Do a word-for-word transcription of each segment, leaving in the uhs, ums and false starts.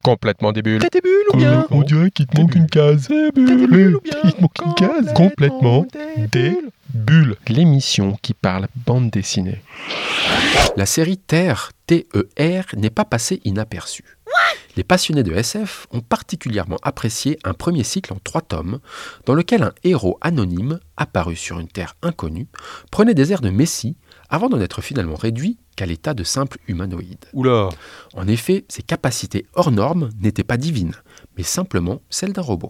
Complètement des bulles. T'as des bulles ou bien? On dirait qu'il te manque une case. T'as des bulles ou bien? Il te manque une case. Complètement des bulles. L'émission qui parle bande dessinée. La série Terre, T E R, n'est pas passée inaperçue. Les passionnés de S F ont particulièrement apprécié un premier cycle en trois tomes, dans lequel un héros anonyme, apparu sur une terre inconnue, prenait des airs de messie avant d'en être finalement réduit qu'à l'état de simple humanoïde. Oula. En effet, ses capacités hors normes n'étaient pas divines, mais simplement celles d'un robot.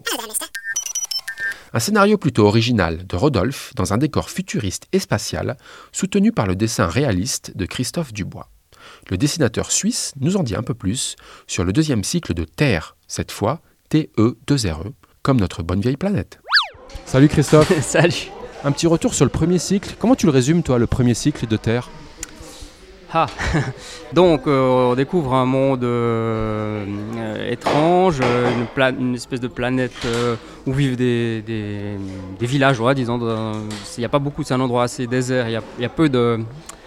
Un scénario plutôt original de Rodolphe dans un décor futuriste et spatial, soutenu par le dessin réaliste de Christophe Dubois. Le dessinateur suisse nous en dit un peu plus sur le deuxième cycle de Terre, cette fois T E deux R E, comme notre bonne vieille planète. Salut Christophe. Salut. Un petit retour sur le premier cycle. Comment tu le résumes, toi, le premier cycle de Terre ? Ah, donc euh, on découvre un monde euh, euh, étrange, euh, une, pla- une espèce de planète euh, où vivent des, des, des villageois, disons. Il n'y a pas beaucoup, c'est un endroit assez désert, il y a, y a peu de...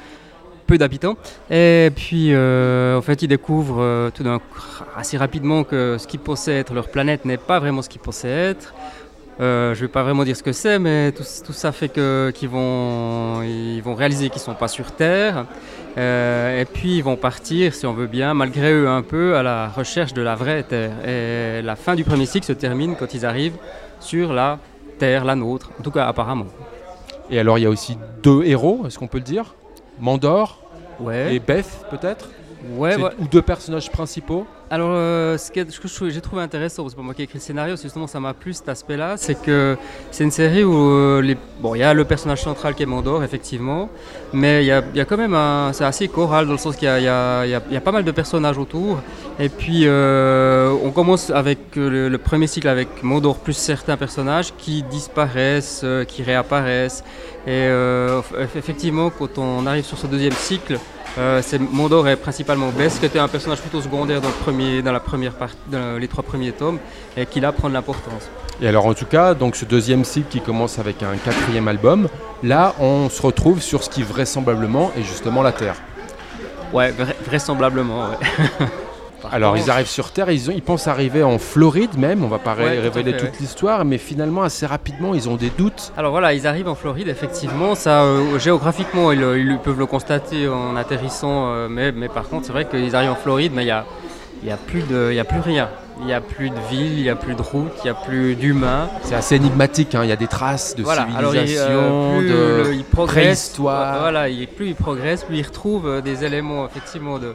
peu d'habitants, et puis euh, en fait ils découvrent euh, tout d'un coup, assez rapidement que ce qu'ils pensaient être leur planète n'est pas vraiment ce qu'ils pensaient être. Euh, je ne vais pas vraiment dire ce que c'est, mais tout, tout ça fait que, qu'ils vont, ils vont réaliser qu'ils ne sont pas sur Terre, euh, et puis ils vont partir, si on veut bien, malgré eux un peu, à la recherche de la vraie Terre. Et la fin du premier cycle se termine quand ils arrivent sur la Terre, la nôtre, en tout cas apparemment. Et alors, il y a aussi deux héros, est-ce qu'on peut le dire ? Mandor Ouais. et Beth, peut-être ? Ouais, C'est- ouais. Ou deux personnages principaux ? Alors, euh, ce, que, ce que je trouve- j'ai trouvé intéressant, c'est pas moi qui ai écrit le scénario, c'est justement ça m'a plu cet aspect-là, c'est que c'est une série où euh, les, bon, il y a le personnage central qui est Mandor, effectivement, mais il y a, il y a quand même un, c'est assez choral dans le sens qu'il y a, il y a, il y a, il y a pas mal de personnages autour, et puis euh, on commence avec euh, le, le premier cycle avec Mandor plus certains personnages qui disparaissent, euh, qui réapparaissent, et euh, effectivement quand on arrive sur ce deuxième cycle, Euh, c'est Mandor est principalement Bess, qui était un personnage plutôt secondaire dans, le premier, dans, la première part, dans les trois premiers tomes, et qui là prend de l'importance. Et alors, en tout cas, donc ce deuxième cycle qui commence avec un quatrième album, là, on se retrouve sur ce qui vraisemblablement est justement la Terre. Ouais, vra- vraisemblablement, ouais. Par Alors, contre, ils arrivent sur Terre, ils, ont, ils pensent arriver en Floride même, on va pas ré- Ouais, tout à révéler fait, toute ouais. l'histoire, mais finalement, assez rapidement, ils ont des doutes. Alors voilà, ils arrivent en Floride, effectivement, ça, euh, géographiquement, ils, ils peuvent le constater en atterrissant, euh, mais, mais par contre, c'est vrai qu'ils arrivent en Floride, mais il n'y a, il y a, plus de- il y a plus rien. Il n'y a plus de ville, il n'y a plus de route, il n'y a plus d'humains. C'est assez énigmatique, hein, il y a des traces de Voilà, alors il, civilisation, euh, plus de le- il progresse, préhistoire. voilà, il, plus il progresse, plus il retrouve euh, des éléments effectivement de,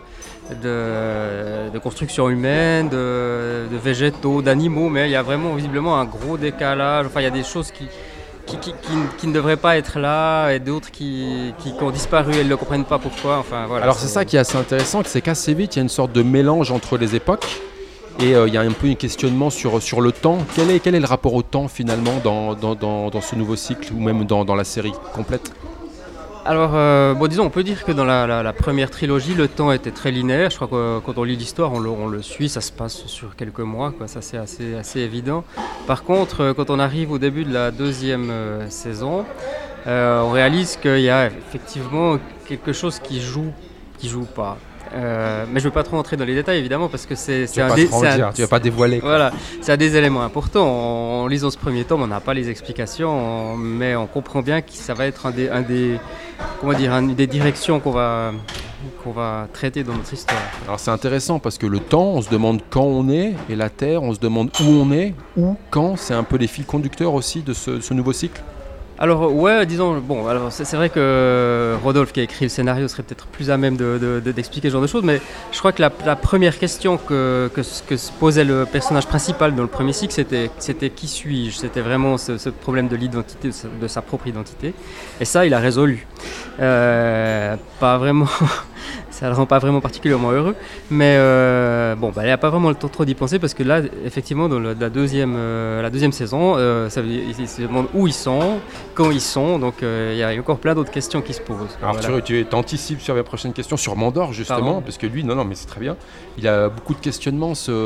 de, de construction humaine, de, de végétaux, d'animaux, mais il y a vraiment visiblement un gros décalage. Enfin, il y a des choses qui, qui, qui, qui, qui ne devraient pas être là et d'autres qui, qui, qui ont disparu et ils ne comprennent pas pourquoi. Enfin, voilà, Alors c'est ça qui est assez intéressant, c'est qu'assez vite, il y a une sorte de mélange entre les époques. Et euh, il y a un peu un questionnement sur, sur le temps. Quel est, quel est le rapport au temps finalement dans, dans, dans, dans ce nouveau cycle ou même dans, dans la série complète ? Alors, euh, bon, disons, on peut dire que dans la, la, la première trilogie, le temps était très linéaire. Je crois que euh, quand on lit l'histoire, on le, on le suit, ça se passe sur quelques mois, quoi. Ça c'est assez, assez évident. Par contre, euh, quand on arrive au début de la deuxième euh, saison, euh, on réalise qu'il y a effectivement quelque chose qui joue, qui joue pas. Euh, mais je ne veux pas trop entrer dans les détails évidemment parce que c'est, Tu c'est vas un pas dé- te c'est un- dire, tu vas pas dévoiler. quoi. Voilà, c'est un des éléments importants. En, en lisant ce premier tome, on n'a pas les explications, on- mais on comprend bien que ça va être un des, un des, comment dire, un des directions qu'on va, qu'on va traiter dans notre histoire. Alors c'est intéressant parce que le temps, on se demande quand on est, et la Terre, on se demande où on est, où, quand. C'est un peu les fils conducteurs aussi de ce, ce nouveau cycle. Alors ouais, disons, bon, alors c'est, c'est vrai que Rodolphe qui a écrit le scénario serait peut-être plus à même de, de- de- d'expliquer ce genre de choses, mais je crois que la, la première question que, que, se- que se posait le personnage principal dans le premier cycle, c'était, c'était qui suis-je ? C'était vraiment ce, ce problème de l'identité, de sa, de sa propre identité, et ça il a résolu. Euh, pas vraiment... Ça le rend pas vraiment particulièrement heureux, mais euh, bon, bah, il n'y a pas vraiment le temps trop d'y penser parce que là, effectivement, dans le- la, deuxième, euh, la deuxième saison, euh, ça veut dire, ils se demandent où ils sont, quand ils sont, donc euh, il y a encore plein d'autres questions qui se posent. Alors Voilà. tu, tu anticipes sur la prochaine question, sur Mandor justement, Pardon. parce que lui, non, non, mais c'est très bien. Il a beaucoup de questionnements, ce,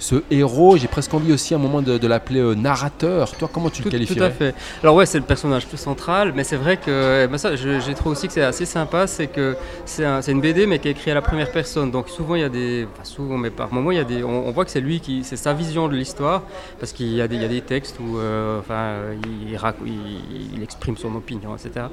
ce héros. J'ai presque envie aussi à un moment de, de l'appeler euh, narrateur. Toi, comment tu tout, le qualifierais? Tout à fait. Alors ouais, c'est le personnage plus central, mais c'est vrai que ben ça, je, j'ai trouvé aussi que c'est assez sympa, c'est que c'est, un, c'est une B D mais qui est écrite à la première personne. Donc souvent il y a des, enfin souvent, mais par moments il y a des, on, on voit que c'est lui qui, c'est sa vision de l'histoire, parce qu'il y a des, il y a des textes où, euh, enfin, il, il, il exprime son opinion, et cetera.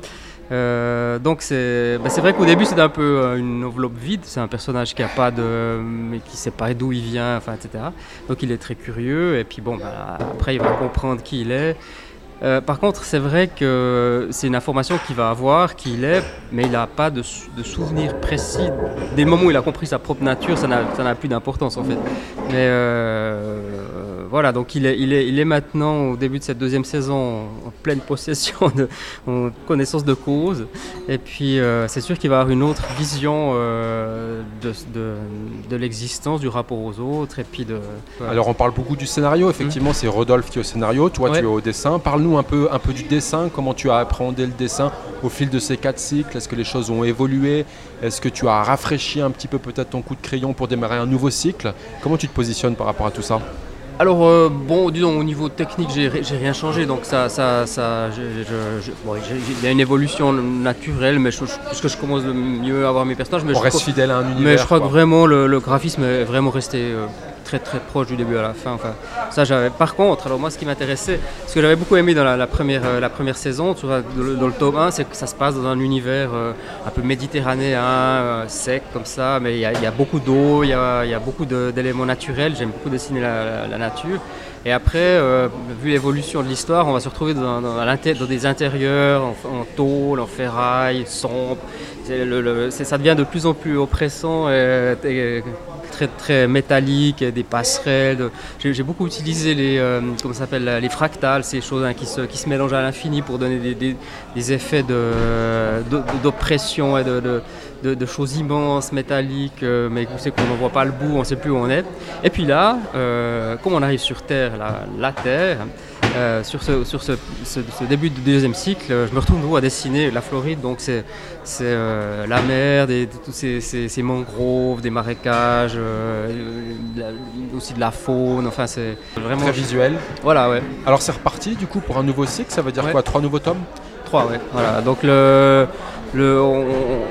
Euh, donc c'est, ben c'est vrai qu'au début c'est un peu euh, une enveloppe vide, c'est un personnage qui a pas de, mais qui sait pas d'où il vient, enfin et cetera. Donc il est très curieux et puis bon, ben, après il va comprendre qui il est. Euh, par contre, c'est vrai que c'est une information qu'il va avoir, qui il est, mais il n'a pas de, de souvenir précis. Dès le moment où il a compris sa propre nature, ça n'a, ça n'a plus d'importance en fait. Mais euh, voilà, donc il est, il, est, il est maintenant au début de cette deuxième saison en pleine possession, de, en connaissance de cause. Et puis euh, c'est sûr qu'il va avoir une autre vision euh, de, de, de l'existence, du rapport aux autres. Et puis de, voilà. Alors on parle beaucoup du scénario, effectivement, mmh. c'est Rodolphe qui est au scénario, toi ouais. tu es au dessin. Parle-nous un peu, un peu du dessin, comment tu as appréhendé le dessin au fil de ces quatre cycles. Est-ce que les choses ont évolué? Est-ce que tu as rafraîchi un petit peu peut-être ton coup de crayon pour démarrer un nouveau cycle? Comment tu te positionnes par rapport à tout ça? Alors euh, bon, disons au niveau technique, j'ai, j'ai rien changé, donc ça, ça, ça, je, je, je, bon, il y a une évolution naturelle, mais je, je, parce que je commence de mieux à avoir mes personnages. Mais on je, reste fidèle à un univers. Mais je crois quoi. que vraiment le, le graphisme est vraiment resté euh, très très proche du début à la fin. Enfin, ça j'avais. Par contre, alors moi ce qui m'intéressait, ce que j'avais beaucoup aimé dans la, la première, euh, la première saison, tu vois, dans, le, dans le tome un, c'est que ça se passe dans un univers euh, un peu méditerranéen, euh, sec comme ça, mais il y, y a beaucoup d'eau, il y a, y a beaucoup de, d'éléments naturels. J'aime beaucoup dessiner la, la, la nature. Et après, euh, vu l'évolution de l'histoire, on va se retrouver dans, dans, dans des intérieurs en, en tôle, en ferraille, sombre. C'est le, le, c'est, ça devient de plus en plus oppressant et, et très, très métallique, des passerelles. De, j'ai, j'ai beaucoup utilisé les, euh, comment ça s'appelle, les fractales, ces choses hein, qui, se, qui se mélangent à l'infini pour donner des, des, des effets de, de, d'oppression et de, de De, de choses immenses, métalliques, euh, mais vous savez qu'on ne voit pas le bout, on ne sait plus où on est. Et puis là, euh, comme on arrive sur Terre, la, la Terre, euh, sur, ce, sur ce, ce, ce début du deuxième cycle, je me retrouve à dessiner la Floride, donc c'est, c'est euh, la mer, des, de, tous ces, ces, ces mangroves, des marécages, euh, la, aussi de la faune, enfin c'est vraiment... Très visuel. Voilà, ouais. Alors c'est reparti du coup pour un nouveau cycle, ça veut dire ouais. quoi, trois nouveaux tomes? Trois, ouais. Voilà, donc le... le on,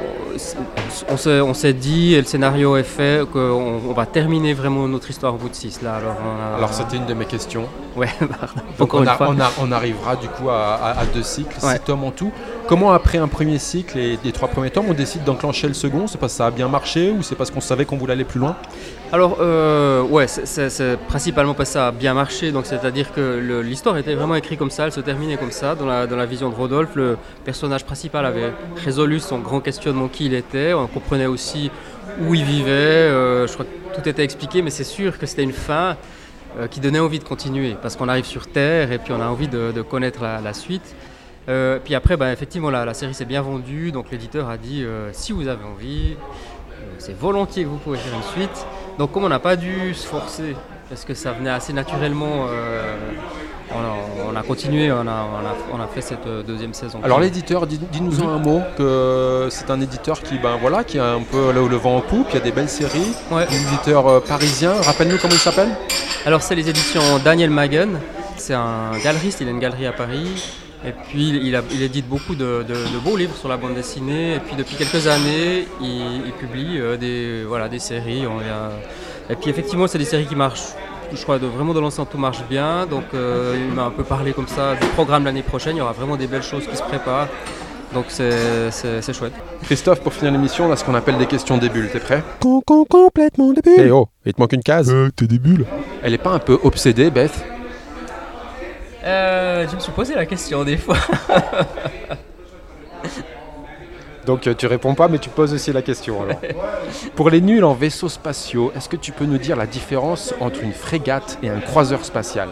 On s'est, on s'est dit, et le scénario est fait, qu'on on va terminer vraiment notre histoire au bout de six. Là. Alors, a... Alors c'était une de mes questions. Ouais, pardon. Donc on, a, on, a, on arrivera du coup à, à, à deux cycles, ouais. six tomes en tout. Comment après un premier cycle et les trois premiers tomes, on décide d'enclencher le second? C'est parce que ça a bien marché ou c'est parce qu'on savait qu'on voulait aller plus loin? Alors, euh, ouais, c'est, c'est, c'est principalement parce que ça a bien marché. Donc, c'est-à-dire que le, l'histoire était vraiment écrite comme ça, elle se terminait comme ça. Dans la, dans la vision de Rodolphe, le personnage principal avait résolu son grand questionnement qui il était. On comprenait aussi où il vivait. Euh, je crois que tout était expliqué, mais c'est sûr que c'était une fin euh, qui donnait envie de continuer. Parce qu'on arrive sur Terre et puis on a envie de, de connaître la, la suite. Euh, puis après, bah, effectivement, la, la série s'est bien vendue. Donc, l'éditeur a dit euh, si vous avez envie, euh, c'est volontiers que vous pouvez faire une suite. Donc comme on n'a pas dû se forcer, parce que ça venait assez naturellement, euh, on, a, on a continué, on a, on, a, on a fait cette deuxième saison. Alors l'éditeur, dis, dis-nous mmh. un mot, que c'est un éditeur qui, ben, voilà, qui a un peu le, le vent en poupe, il y a des belles séries, ouais. Un éditeur euh, parisien, rappelle-nous comment il s'appelle? Alors c'est les éditions Daniel Magen, c'est un galeriste, il a une galerie à Paris. Et puis il, a, il édite beaucoup de, de, de beaux livres sur la bande dessinée. Et puis depuis quelques années, il, il publie euh, des, voilà, des séries. On a... Et puis effectivement, c'est des séries qui marchent. Je crois de, vraiment dans l'ensemble tout marche bien. Donc euh, il m'a un peu parlé comme ça du programme l'année prochaine. Il y aura vraiment des belles choses qui se préparent. Donc c'est, c'est, c'est chouette. Christophe, pour finir l'émission, on a ce qu'on appelle des questions des bulles. T'es prêt? Com- com- Complètement des bulles. Eh oh, il te manque une case. Euh, t'es des bulles. Elle est pas un peu obsédée, Beth? Euh, je me suis posé la question des fois. Donc tu réponds pas, mais tu poses aussi la question alors. Pour les nuls en vaisseaux spatiaux, est-ce que tu peux nous dire la différence entre une frégate et un croiseur spatial?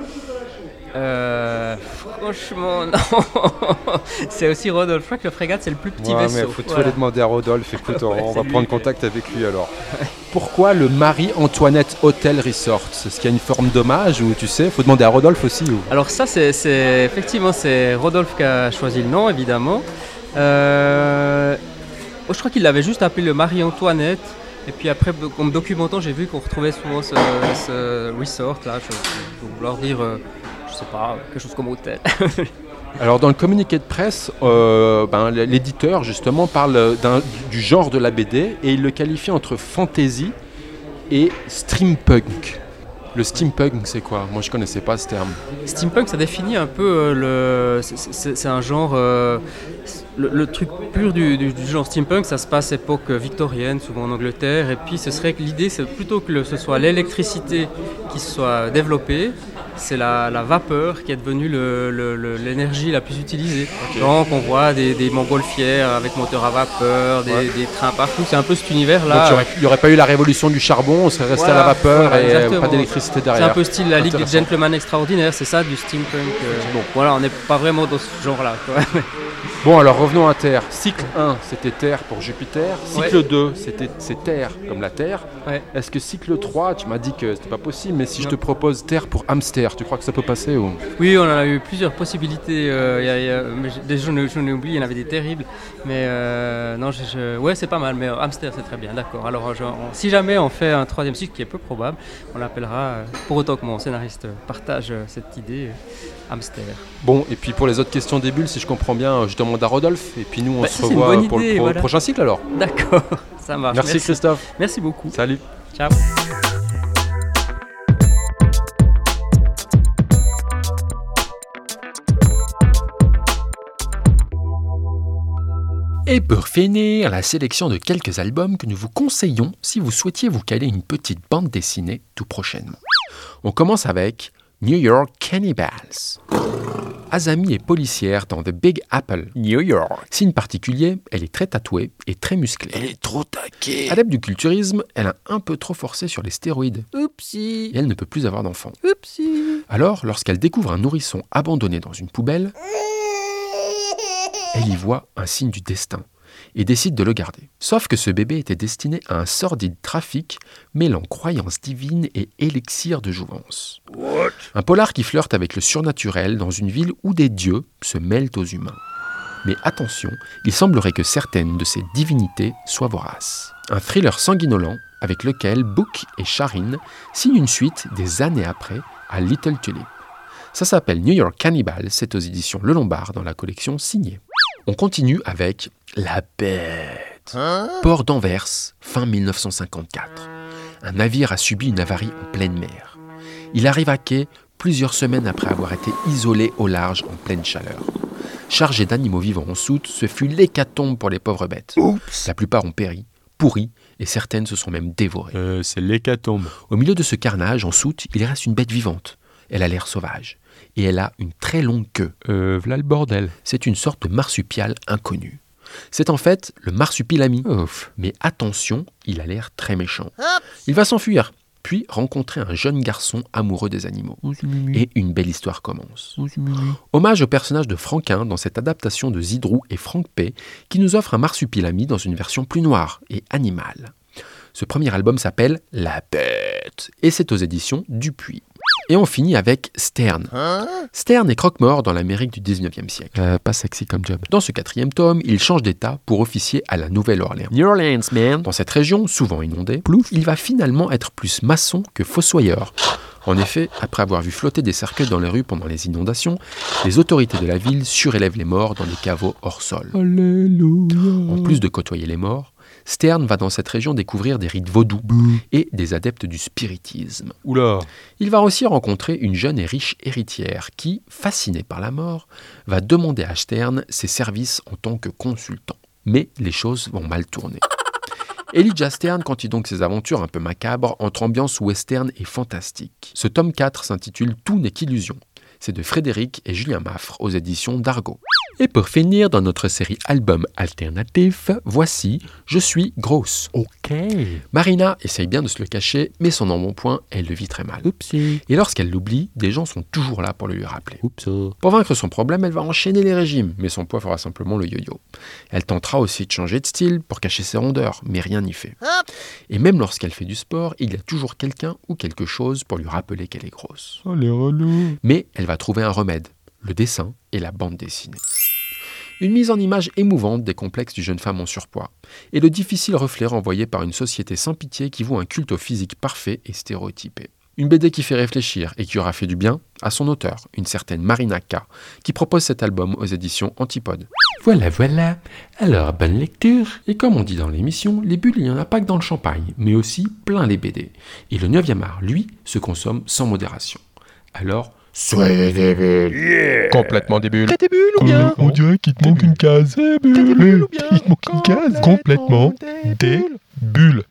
Euh, franchement, non. C'est aussi Rodolphe. Je crois que le frégate, c'est le plus petit ouais, vaisseau. Mais faut voilà. Tout aller demander à Rodolphe. Écoute, on, on va prendre contact avec lui alors. Pourquoi le Marie-Antoinette Hotel Resort? Est-ce qu'il y a une forme d'hommage ou tu sais, faut demander à Rodolphe aussi ou... Alors ça, c'est, c'est effectivement c'est Rodolphe qui a choisi le nom, évidemment. Euh, je crois qu'il l'avait juste appelé le Marie-Antoinette. Et puis après, en me documentant, j'ai vu qu'on retrouvait souvent ce, ce resort là. Je vais vouloir dire, euh, je sais pas, quelque chose comme hôtel. Alors dans le communiqué de presse, euh, ben, l'éditeur justement parle d'un, du genre de la B D et il le qualifie entre fantasy et steampunk. Le steampunk, c'est quoi? Moi, je connaissais pas ce terme. Steampunk, ça définit un peu euh, le. C'est, c'est, c'est un genre. Euh, le, le truc pur du, du, du genre steampunk, ça se passe époque victorienne, souvent en Angleterre. Et puis, ce serait que l'idée, c'est plutôt que le, ce soit l'électricité qui soit développée. C'est la, la vapeur qui est devenue le, le, le, l'énergie la plus utilisée. Okay. Donc on voit des, des montgolfières avec moteur à vapeur, des, ouais. des trains partout. C'est un peu cet univers-là. Donc il n'y aurait pas eu la révolution du charbon, on serait resté voilà, à la vapeur voilà, et exactement. Pas d'électricité derrière. C'est un peu style la Ligue des Gentlemen Extraordinaires, c'est ça, du steampunk. Euh, bon, voilà, on n'est pas vraiment dans ce genre-là. Quoi. Bon, alors revenons à Terre. Cycle un, c'était Terre pour Jupiter. Cycle ouais. deux, c'était, c'est Terre comme la Terre. Ouais. Est-ce que cycle trois, tu m'as dit que c'était pas possible, mais si non. je te propose Terre pour hamster, tu crois que ça peut passer ou... Oui, on en a eu plusieurs possibilités. Euh, y a, y a, mais déjà, j'en ai, j'en ai oublié, il y en avait des terribles. Mais euh, non, je, je, ouais, c'est pas mal. Mais hamster, c'est très bien, d'accord. Alors, je, on, si jamais on fait un troisième cycle, qui est peu probable, on l'appellera, euh, pour autant que mon scénariste partage euh, cette idée, euh, hamster. Bon, et puis pour les autres questions des bulles, si je comprends bien, je demande à Rodolphe. Et puis nous, on bah, se ça, revoit idée, pour le pro- voilà. prochain cycle alors. D'accord, ça marche. Merci, Merci Christophe. Merci beaucoup. Salut. Ciao. Et pour finir, la sélection de quelques albums que nous vous conseillons si vous souhaitiez vous caler une petite bande dessinée tout prochainement. On commence avec New York Cannibals. Azami est policière dans The Big Apple, New York. Signe particulier, elle est très tatouée et très musclée. Elle est trop taquée. Adepte du culturisme, elle a un peu trop forcé sur les stéroïdes. Oupsie. Et elle ne peut plus avoir d'enfants. Oupsie. Alors, lorsqu'elle découvre un nourrisson abandonné dans une poubelle, elle y voit un signe du destin et décide de le garder. Sauf que ce bébé était destiné à un sordide trafic mêlant croyances divines et élixir de jouvence. What? Un polar qui flirte avec le surnaturel dans une ville où des dieux se mêlent aux humains. Mais attention, il semblerait que certaines de ces divinités soient voraces. Un thriller sanguinolent avec lequel Book et Sharin signent une suite des années après à Little Tulip. Ça s'appelle New York Cannibal, c'est aux éditions Le Lombard dans la collection Signée. On continue avec La Bête. Hein? Port d'Anvers, fin dix-neuf cent cinquante-quatre. Un navire a subi une avarie en pleine mer. Il arrive à quai plusieurs semaines après avoir été isolé au large en pleine chaleur. Chargé d'animaux vivants en soute, ce fut l'hécatombe pour les pauvres bêtes. Oups. La plupart ont péri, pourri, et certaines se sont même dévorées. Euh, c'est l'hécatombe. Au milieu de ce carnage, en soute, il reste une bête vivante. Elle a l'air sauvage. Et elle a une très longue queue. Euh, v'là le bordel. C'est une sorte de marsupial inconnu. C'est en fait le marsupilami. Ouf. Mais attention, il a l'air très méchant. Il va s'enfuir, puis rencontrer un jeune garçon amoureux des animaux. Et une belle histoire commence. Hommage au personnage de Franquin dans cette adaptation de Zidrou et Franck Pay, qui nous offre un marsupilami dans une version plus noire et animale. Ce premier album s'appelle La Bête, et c'est aux éditions Dupuis. Et on finit avec Stern. Hein? Stern est croque-mort dans l'Amérique du dix-neuvième siècle. Euh, pas sexy comme job. Dans ce quatrième tome, il change d'état pour officier à la Nouvelle-Orléans. New Orleans, man. Dans cette région, souvent inondée, Plouf, il va finalement être plus maçon que fossoyeur. En effet, après avoir vu flotter des cercueils dans les rues pendant les inondations, les autorités de la ville surélèvent les morts dans des caveaux hors sol. Alléluia. En plus de côtoyer les morts, Stern va dans cette région découvrir des rites vaudous Bouh. Et des adeptes du spiritisme. Oula. Il va aussi rencontrer une jeune et riche héritière qui, fascinée par la mort, va demander à Stern ses services en tant que consultant. Mais les choses vont mal tourner. Elijah Stern continue donc ses aventures un peu macabres entre ambiance western et fantastique. Ce tome quatre s'intitule Tout n'est qu'illusion. C'est de Frédéric et Julien Maffre aux éditions d'Argo. Et pour finir, dans notre série album alternatif, voici Je suis grosse. Ok. Marina essaye bien de se le cacher, mais son embonpoint, elle le vit très mal. Oupsie. Et lorsqu'elle l'oublie, des gens sont toujours là pour le lui rappeler. Oups. Pour vaincre son problème, elle va enchaîner les régimes, mais son poids fera simplement le yo-yo. Elle tentera aussi de changer de style pour cacher ses rondeurs, mais rien n'y fait. Hop. Et même lorsqu'elle fait du sport, il y a toujours quelqu'un ou quelque chose pour lui rappeler qu'elle est grosse. Oh, les relous. Mais elle va trouver un remède, le dessin et la bande dessinée. Une mise en image émouvante des complexes d'une jeune femme en surpoids, et le difficile reflet renvoyé par une société sans pitié qui voue un culte au physique parfait et stéréotypé. Une B D qui fait réfléchir et qui aura fait du bien à son auteur, une certaine Marina K, qui propose cet album aux éditions Antipode. Voilà, voilà. Alors, bonne lecture. Et comme on dit dans l'émission, les bulles, il n'y en a pas que dans le champagne, mais aussi plein les B D. Et le neuvième art, lui, se consomme sans modération. Alors, soyez des bulles. Yeah. Complètement des bulles. T'as des bulles ou bien? On dirait qu'il te manque une case. T'as des bulles ou bien? Il te manque une case. Complètement des bulles.